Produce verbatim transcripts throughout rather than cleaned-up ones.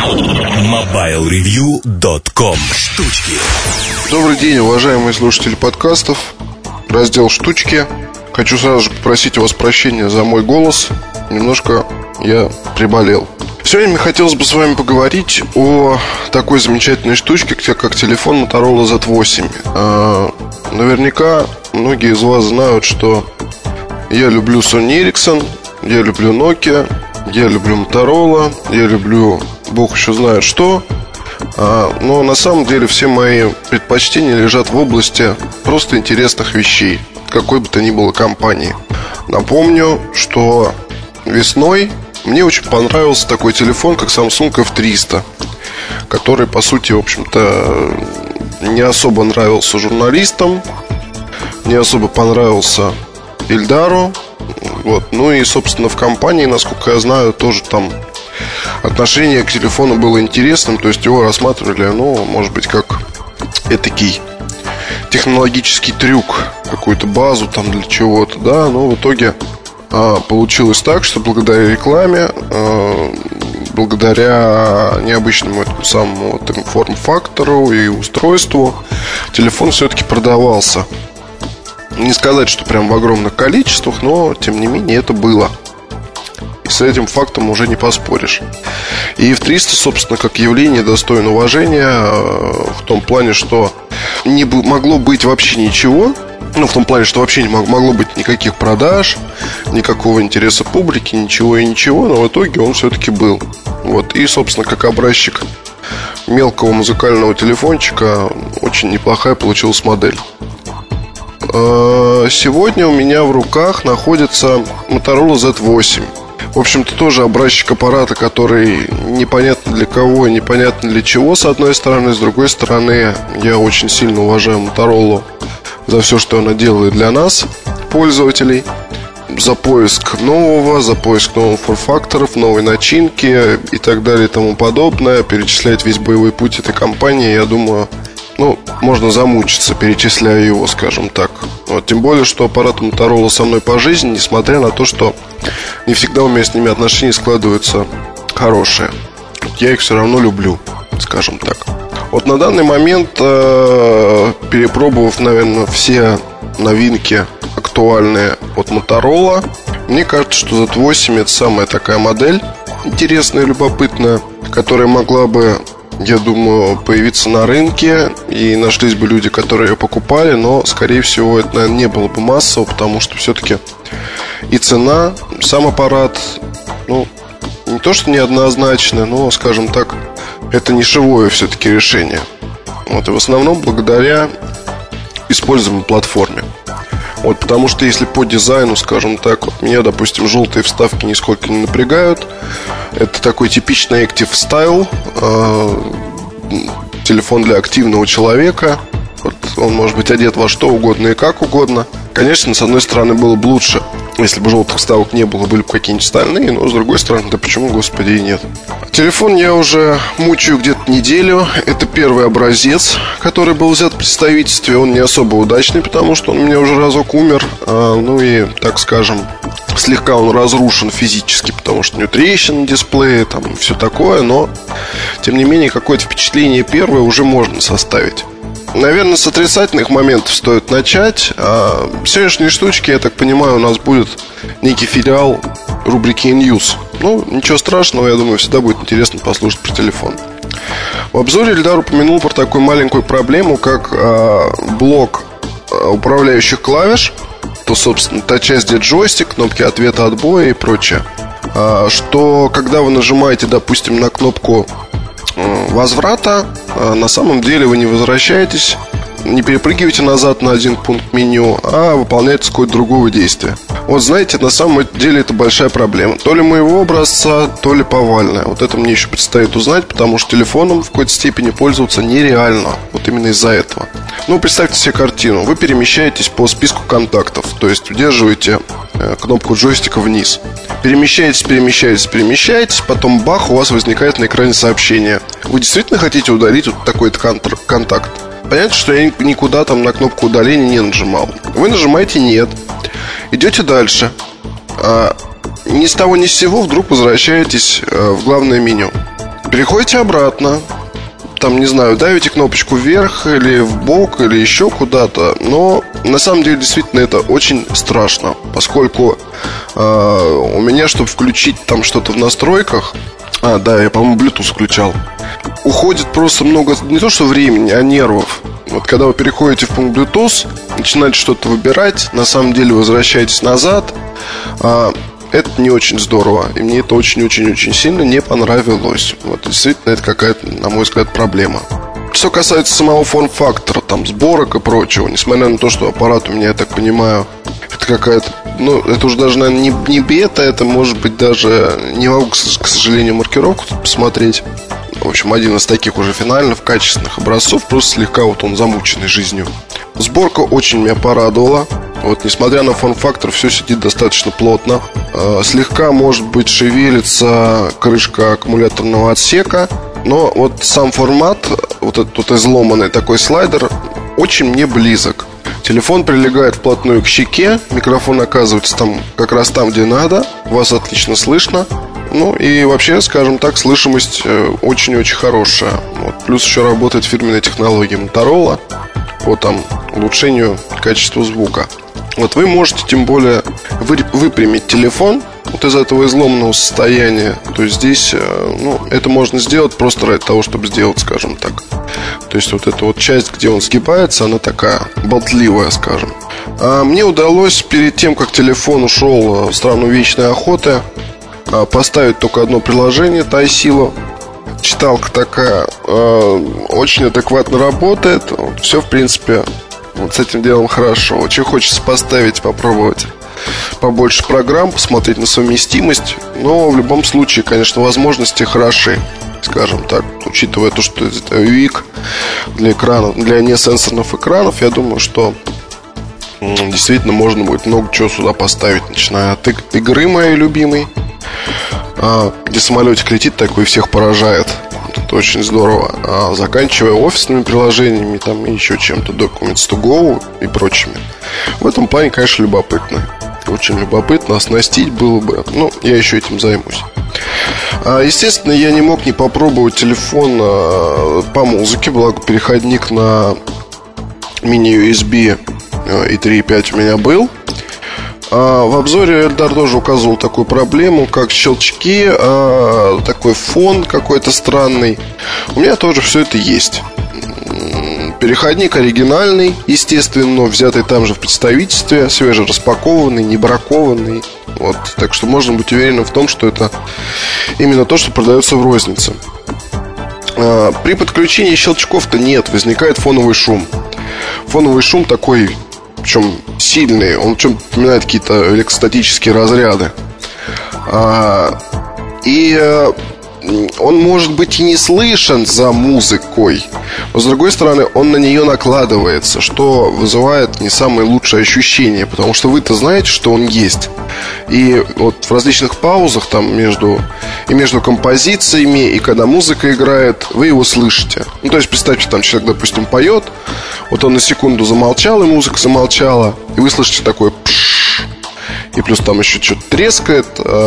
мобайл ревью точка ком. Штучки. Добрый день, уважаемые слушатели подкастов. Раздел «Штучки». Хочу сразу же попросить у вас прощения за мой голос. Немножко я приболел. Сегодня мне хотелось бы с вами поговорить о такой замечательной штучке, как телефон Motorola зет восемь. Наверняка многие из вас знают, что я люблю Sony Ericsson, я люблю Nokia, я люблю Motorola, я люблю бог еще знает что. Но на самом деле все мои предпочтения лежат в области просто интересных вещей, какой бы то ни было компании. Напомню, что весной мне очень понравился такой телефон, как Samsung эф триста, который, по сути, в общем-то, не особо нравился журналистам, не особо понравился Ильдару. Вот. Ну и, собственно, в компании, насколько я знаю, тоже там отношение к телефону было интересным. То есть его рассматривали, ну, может быть, как этакий технологический трюк, какую-то базу там для чего-то, да. Но в итоге а, получилось так, что благодаря рекламе, а, благодаря необычному этому самому вот, форм-фактору и устройству, телефон все-таки продавался. Не сказать, что прям в огромных количествах, но тем не менее это было. И с этим фактом уже не поспоришь. И эф триста, собственно, как явление достойно уважения, в том плане, что не могло быть вообще ничего. Ну, в том плане, что вообще не могло быть никаких продаж, никакого интереса публики, ничего и ничего. Но в итоге он все-таки был. Вот. И, собственно, как образчик мелкого музыкального телефончика, очень неплохая получилась модель. Сегодня у меня в руках находится Motorola зет восемь. В общем-то, тоже образчик аппарата, который непонятно для кого и непонятно для чего, с одной стороны. С другой стороны, я очень сильно уважаю Motorola за все, что она делает для нас, пользователей. За поиск нового, за поиск новых форм-факторов, новой начинки и так далее и тому подобное. Перечислять весь боевой путь этой компании, я думаю, ну, можно замучиться, перечисляя его, скажем так. Вот, тем более, что аппарат Motorola со мной по жизни, несмотря на то, что не всегда у меня с ними отношения складываются хорошие. Я их все равно люблю, скажем так. Вот на данный момент, э, перепробовав, наверное, все новинки актуальные от Motorola, мне кажется, что зет восемь это самая такая модель интересная и любопытная, которая могла бы, я думаю, появиться на рынке, и нашлись бы люди, которые ее покупали. Но, скорее всего, это, наверное, не было бы массово, потому что все-таки и цена, сам аппарат, ну, не то что неоднозначная, но, скажем так, это нишевое все-таки решение. Вот, и в основном благодаря используемой платформе. Вот, потому что если по дизайну, скажем так, вот меня, допустим, желтые вставки нисколько не напрягают. Это такой типичный active style, э, телефон для активного человека. Вот, он может быть одет во что угодно и как угодно. Конечно, с одной стороны, было бы лучше, если бы желтых вставок не было, были бы какие-нибудь стальные. Но с другой стороны, да почему, господи, и нет. Телефон я уже мучаю где-то неделю. Это первый образец, который был взят в представительстве. Он не особо удачный, потому что он у меня уже разок умер. а, Ну и, так скажем, слегка он разрушен физически, потому что у него трещины на дисплее, там все такое. Но, тем не менее, какое-то впечатление первое уже можно составить. Наверное, с отрицательных моментов стоит начать. а Сегодняшние штучки, я так понимаю, у нас будет некий филиал рубрики «News». Ну, ничего страшного, я думаю, всегда будет интересно послушать про телефон. В обзоре Ильдар упомянул про такую маленькую проблему, как а, блок а, управляющих клавиш. То, собственно, та часть, где джойстик, кнопки ответа, отбоя и прочее. а, Что, когда вы нажимаете, допустим, на кнопку возврата, на самом деле вы не возвращаетесь, не перепрыгиваете назад на один пункт меню, а выполняете какое-то другое действие. Вот знаете, на самом деле это большая проблема. То ли моего образца, то ли повальная. Вот это мне еще предстоит узнать, потому что телефоном в какой-то степени пользоваться нереально. Вот именно из-за этого. Ну, представьте себе картину. Вы перемещаетесь по списку контактов, то есть удерживаете кнопку джойстика вниз. Перемещаетесь, перемещаетесь, перемещаетесь. Потом бах, у вас возникает на экране сообщение: вы действительно хотите удалить вот такой-то контакт? Понятно, что я никуда там на кнопку удаления не нажимал. Вы нажимаете «нет», идете дальше. а, Ни с того ни с сего вдруг возвращаетесь в главное меню. переходите обратно. Там, не знаю, давите кнопочку вверх или в бок, или еще куда-то. Но на самом деле действительно это очень страшно, поскольку э, у меня, чтобы включить там что-то в настройках, а, да, я, по-моему, Bluetooth включал, уходит просто много, не то что времени, а нервов. Вот когда вы переходите в пункт Bluetooth, начинаете что-то выбирать, на самом деле возвращаетесь назад, э, это не очень здорово. И мне это очень-очень-очень сильно не понравилось. Вот, действительно, это какая-то, на мой взгляд, проблема. Что касается самого форм-фактора, там, сборок и прочего, несмотря на то, что аппарат у меня, я так понимаю, это какая-то, ну, это уже даже, наверное, не, не бета, это может быть даже, не могу, к сожалению, маркировку тут посмотреть. В общем, один из таких уже финальных, качественных образцов, просто слегка вот он замученный жизнью. Сборка очень меня порадовала. Вот, несмотря на форм-фактор, все сидит достаточно плотно. э, Слегка, может быть, шевелится крышка аккумуляторного отсека. Но вот сам формат, вот этот вот изломанный такой слайдер, очень мне близок. Телефон прилегает вплотную к щеке. Микрофон оказывается там, как раз там, где надо. Вас отлично слышно. Ну и вообще, скажем так, слышимость очень-очень хорошая. Вот. Плюс еще работает фирменная технология Motorola по там улучшению качества звука. Вот вы можете тем более выпрямить телефон вот из этого изломанного состояния. То есть здесь, ну, это можно сделать просто ради того, чтобы сделать, скажем так. То есть вот эта вот часть, где он сгибается, она такая болтливая, скажем. А мне удалось перед тем, как телефон ушел в страну вечной охоты, поставить только одно приложение, Тайсило. Читалка такая, очень адекватно работает. Все, в принципе, вот с этим делом хорошо. Очень хочется поставить, попробовать побольше программ, посмотреть на совместимость. Но в любом случае, конечно, возможности хороши, скажем так. Учитывая то, что это ю икс для экранов, для несенсорных экранов, я думаю, что действительно можно будет много чего сюда поставить. Начиная от игры моей любимой, где самолетик летит такой и всех поражает. Это очень здорово. А заканчивая офисными приложениями, там, и еще чем-то, Documents to Go и прочими. В этом плане, конечно, любопытно. Очень любопытно оснастить было бы. Ну, я еще этим займусь. Естественно, я не мог не попробовать телефон по музыке. Благо, переходник на мини-ю эс би и три и пять у меня был. В обзоре Эльдар тоже указывал такую проблему, как щелчки, такой фон какой-то странный. У меня тоже все это есть. Переходник оригинальный, естественно, взятый там же в представительстве, свежераспакованный, не бракованный. Вот, так что можно быть уверенным в том, что это именно то, что продается в рознице. При подключении щелчков-то нет, возникает фоновый шум. Фоновый шум такой, причем сильный, он чем напоминает какие-то электростатические разряды. И он может быть и не слышен за музыкой, но с другой стороны он на нее накладывается, что вызывает не самые лучшие ощущения, потому что вы-то знаете, что он есть. И вот в различных паузах там между, и между композициями, и когда музыка играет, вы его слышите. Ну, то есть представьте, там человек, допустим, поет, вот он на секунду замолчал, и музыка замолчала, и вы слышите такой пшш, и плюс там еще что-то трескает.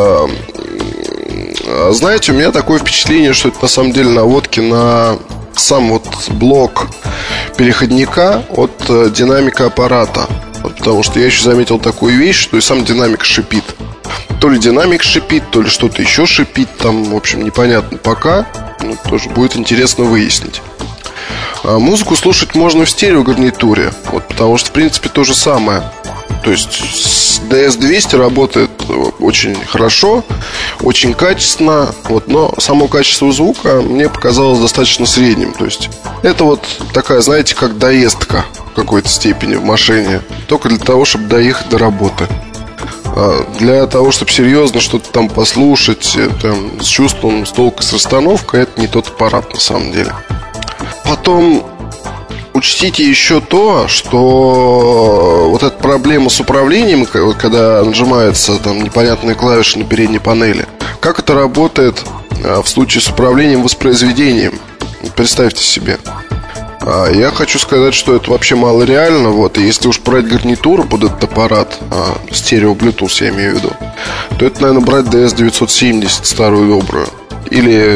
Знаете, у меня такое впечатление, что это на самом деле наводки на сам вот блок переходника от динамика аппарата. Вот, потому что я еще заметил такую вещь, что и сам динамик шипит. То ли динамик шипит, то ли что-то еще шипит. Там, в общем, непонятно пока. Ну, тоже будет интересно выяснить. А музыку слушать можно в стереогарнитуре. Вот, потому что, в принципе, то же самое. То есть с ди эс двести работает очень хорошо, очень качественно, вот, но само качество звука мне показалось достаточно средним. То есть это вот такая, знаете, как доездка в какой-то степени в машине, только для того, чтобы доехать до работы. Для того, чтобы серьезно что-то там послушать, там, с чувством, с толком, с расстановкой, это не тот аппарат на самом деле. Потом учтите еще то, что вот эта проблема с управлением, когда нажимаются там непонятные клавиши на передней панели, как это работает в случае с управлением воспроизведением? Представьте себе. Я хочу сказать, что это вообще мало реально. Вот. И если уж брать гарнитуру под этот аппарат, стерео Bluetooth я имею в виду, то это, наверное, брать ди эс девятьсот семьдесят, старую добрую. Или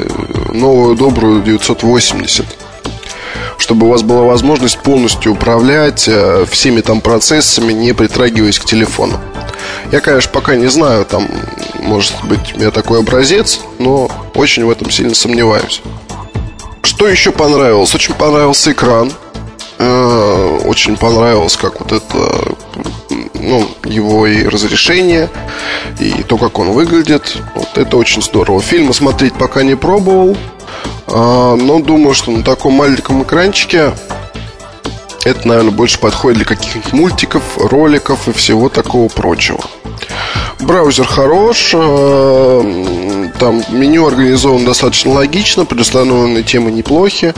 новую добрую девятьсот восемьдесят, чтобы у вас была возможность полностью управлять всеми там процессами, не притрагиваясь к телефону. Я, конечно, пока не знаю, там, может быть, у меня такой образец, но очень в этом сильно сомневаюсь. Что еще понравилось? Очень понравился экран. Очень понравилось, как вот это, ну, его и разрешение, и то, как он выглядит. Вот это очень здорово. Фильмы смотреть пока не пробовал, но думаю, что на таком маленьком экранчике это, наверное, больше подходит для каких-нибудь мультиков, роликов и всего такого прочего. Браузер хорош, там меню организовано достаточно логично, предустановленные темы неплохи.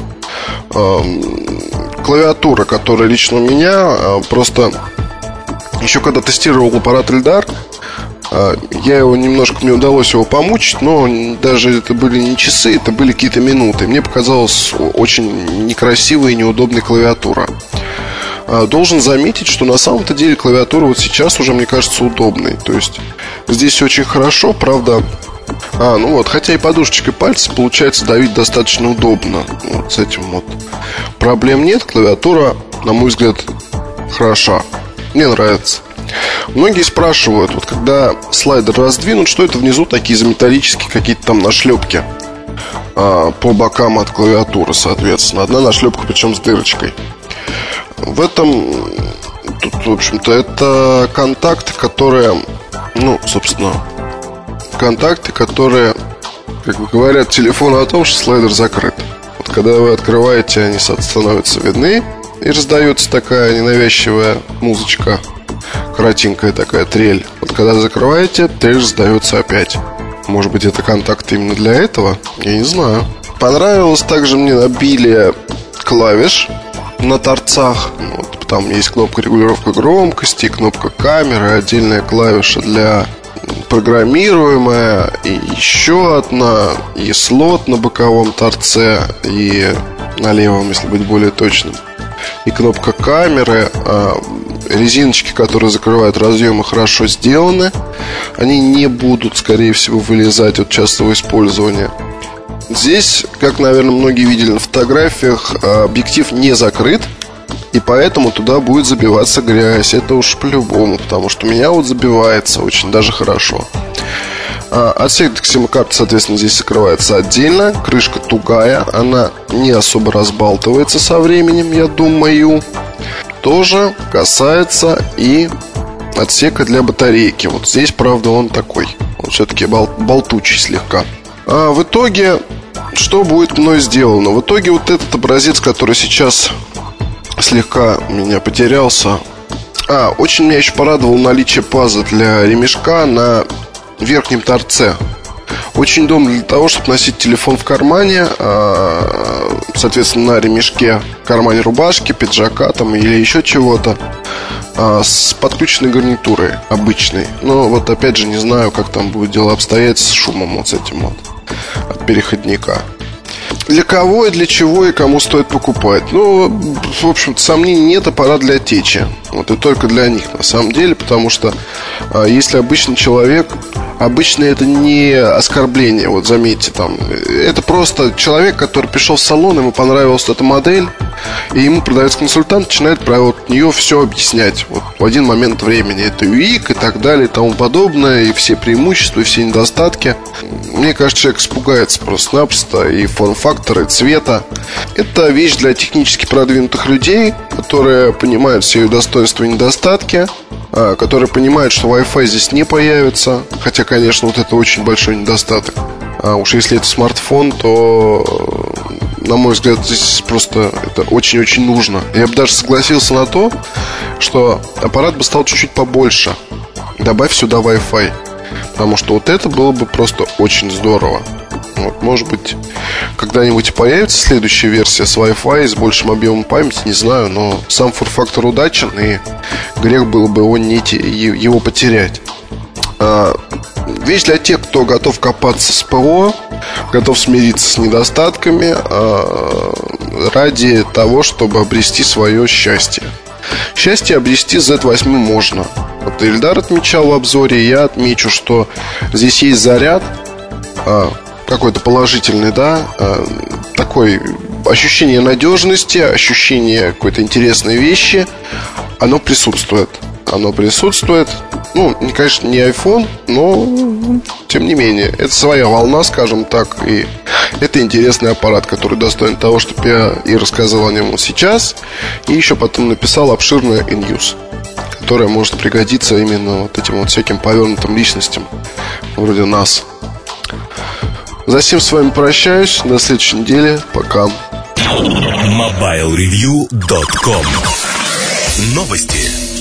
Клавиатура, которая лично у меня, просто еще когда тестировал аппарат Эльдар, я его немножко, мне удалось его помучить, но даже это были не часы, это были какие-то минуты. Мне показалась очень некрасивая и неудобная клавиатура. Должен заметить, что на самом-то деле клавиатура вот сейчас уже, мне кажется, удобной. То есть здесь очень хорошо, правда. А, ну вот, хотя и подушечкой пальца получается давить достаточно удобно. Вот с этим вот проблем нет. Клавиатура, на мой взгляд, хороша. Мне нравится. Многие спрашивают, вот когда слайдер раздвинут, что это внизу такие изометаллические какие-то там нашлепки а, по бокам от клавиатуры, соответственно. Одна нашлепка, причем с дырочкой. В этом, тут, в общем-то, это контакты, которые, ну, собственно, контакты, которые, как говорят телефону о том, что слайдер закрыт. Вот когда вы открываете, они становятся видны, и раздается такая ненавязчивая музычка, коротенькая такая трель. Вот когда закрываете, трель раздается опять. Может быть, это контакт именно для этого? Я не знаю. Понравилось также мне обилие клавиш на торцах. Вот, там есть кнопка регулировки громкости, кнопка камеры, отдельная клавиша для программируемая, и еще одна, и слот на боковом торце, и на левом, если быть более точным, и кнопка камеры. Резиночки, которые закрывают разъемы, хорошо сделаны. Они не будут, скорее всего, вылезать от частого использования. Здесь, как, наверное, многие видели на фотографиях, объектив не закрыт, и поэтому туда будет забиваться грязь. Это уж по-любому, потому что у меня вот забивается очень даже хорошо. Отсек для сим-карты, соответственно, здесь закрывается отдельно. Крышка тугая, она не особо разбалтывается со временем, я думаю. Тоже касается и отсека для батарейки. Вот здесь, правда, он такой, он все-таки бол- болтучий слегка. А в итоге, что будет мной сделано? В итоге вот этот образец, который сейчас слегка у меня потерялся. А, очень меня еще порадовало наличие паза для ремешка на верхнем торце. Очень удобно для того, чтобы носить телефон в кармане, соответственно, на ремешке, в кармане рубашки, пиджака там, или еще чего-то, с подключенной гарнитурой обычной. Но вот опять же не знаю, как там будет дело обстоять с шумом вот с этим вот от переходника. Для кого и для чего и кому стоит покупать? Ну, в общем-то, сомнений нет, аппарат для течи. Вот и только для них на самом деле. Потому что а, если обычный человек, обычно это не оскорбление, вот заметьте там, это просто человек, который пришел в салон, ему понравилась эта модель, и ему продавец-консультант начинает про вот нее все объяснять вот в один момент времени. Это ю ай си и так далее, и тому подобное, и все преимущества, и все недостатки. Мне кажется, человек испугается просто-напросто и форм-фактора, и цвета. Это вещь для технически продвинутых людей, которые понимают все ее достоинства и недостатки, которые понимают, что Wi-Fi здесь не появится. Хотя, конечно, вот это очень большой недостаток. А уж если это смартфон, то, на мой взгляд, здесь просто это очень-очень нужно. Я бы даже согласился на то, что аппарат бы стал чуть-чуть побольше. Добавь сюда Wi-Fi. Потому что вот это было бы просто очень здорово. Вот, может быть, когда-нибудь появится следующая версия с Wi-Fi, с большим объемом памяти, не знаю. Но сам форм-фактор удачен, и грех было бы его, не, его потерять. а, Вещь для тех, кто готов копаться с ПО, готов смириться с недостатками, а, ради того, чтобы обрести свое счастье. Счастье обрести зет восемь можно. Вот Эльдар отмечал в обзоре, я отмечу, что здесь есть заряд, а, какой-то положительный, да, такое ощущение надежности, ощущение какой-то интересной вещи, оно присутствует. Оно присутствует. Ну, конечно, не iPhone, но тем не менее, это своя волна, скажем так. И это интересный аппарат, который достоин того, чтобы я и рассказал о нем сейчас, и еще потом написал обширное ньюс, которое может пригодиться именно вот этим вот всяким повернутым личностям вроде нас. Затем с вами прощаюсь. До следующей недели. Пока. мобайл ревью точка ком. Новости.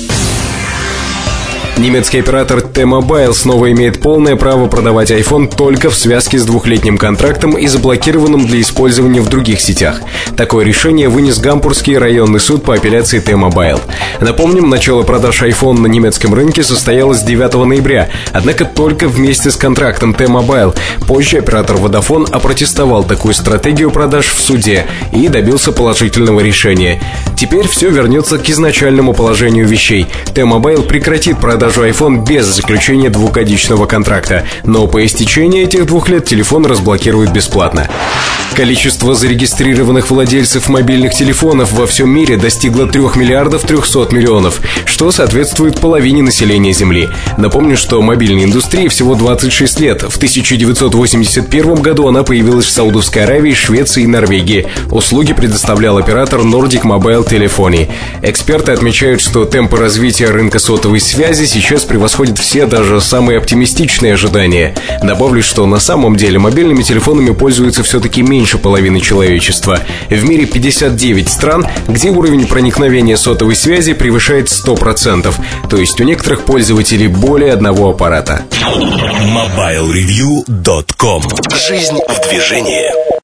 Немецкий оператор T-Mobile снова имеет полное право продавать iPhone только в связке с двухлетним контрактом и заблокированным для использования в других сетях. Такое решение вынес Гамбургский районный суд по апелляции T-Mobile. Напомним, начало продаж iPhone на немецком рынке состоялось девятого ноября, однако только вместе с контрактом T-Mobile. Позже оператор Vodafone опротестовал такую стратегию продаж в суде и добился положительного решения. Теперь все вернется к изначальному положению вещей. T-Mobile прекратит продажу iPhone без заключения двухгодичного контракта, но по истечении этих двух лет телефон разблокируют бесплатно. Количество зарегистрированных владельцев мобильных телефонов во всем мире достигло трёх миллиардов трёхсот миллионов, что соответствует половине населения Земли. Напомню, что мобильной индустрии всего двадцать шесть лет. В тысяча девятьсот восемьдесят первом году она появилась в Саудовской Аравии, Швеции и Норвегии. Услуги предоставлял оператор Nordic Mobile Telephony. Эксперты отмечают, что темпы развития рынка сотовой связи сейчас превосходят все, даже самые оптимистичные ожидания. Добавлю, что на самом деле мобильными телефонами пользуются все-таки меньше половины человечества. В мире пятьдесят девять стран, где уровень проникновения сотовой связи превышает сто процентов. То есть у некоторых пользователей более одного аппарата. мобайл ревью точка ком. Жизнь в движении.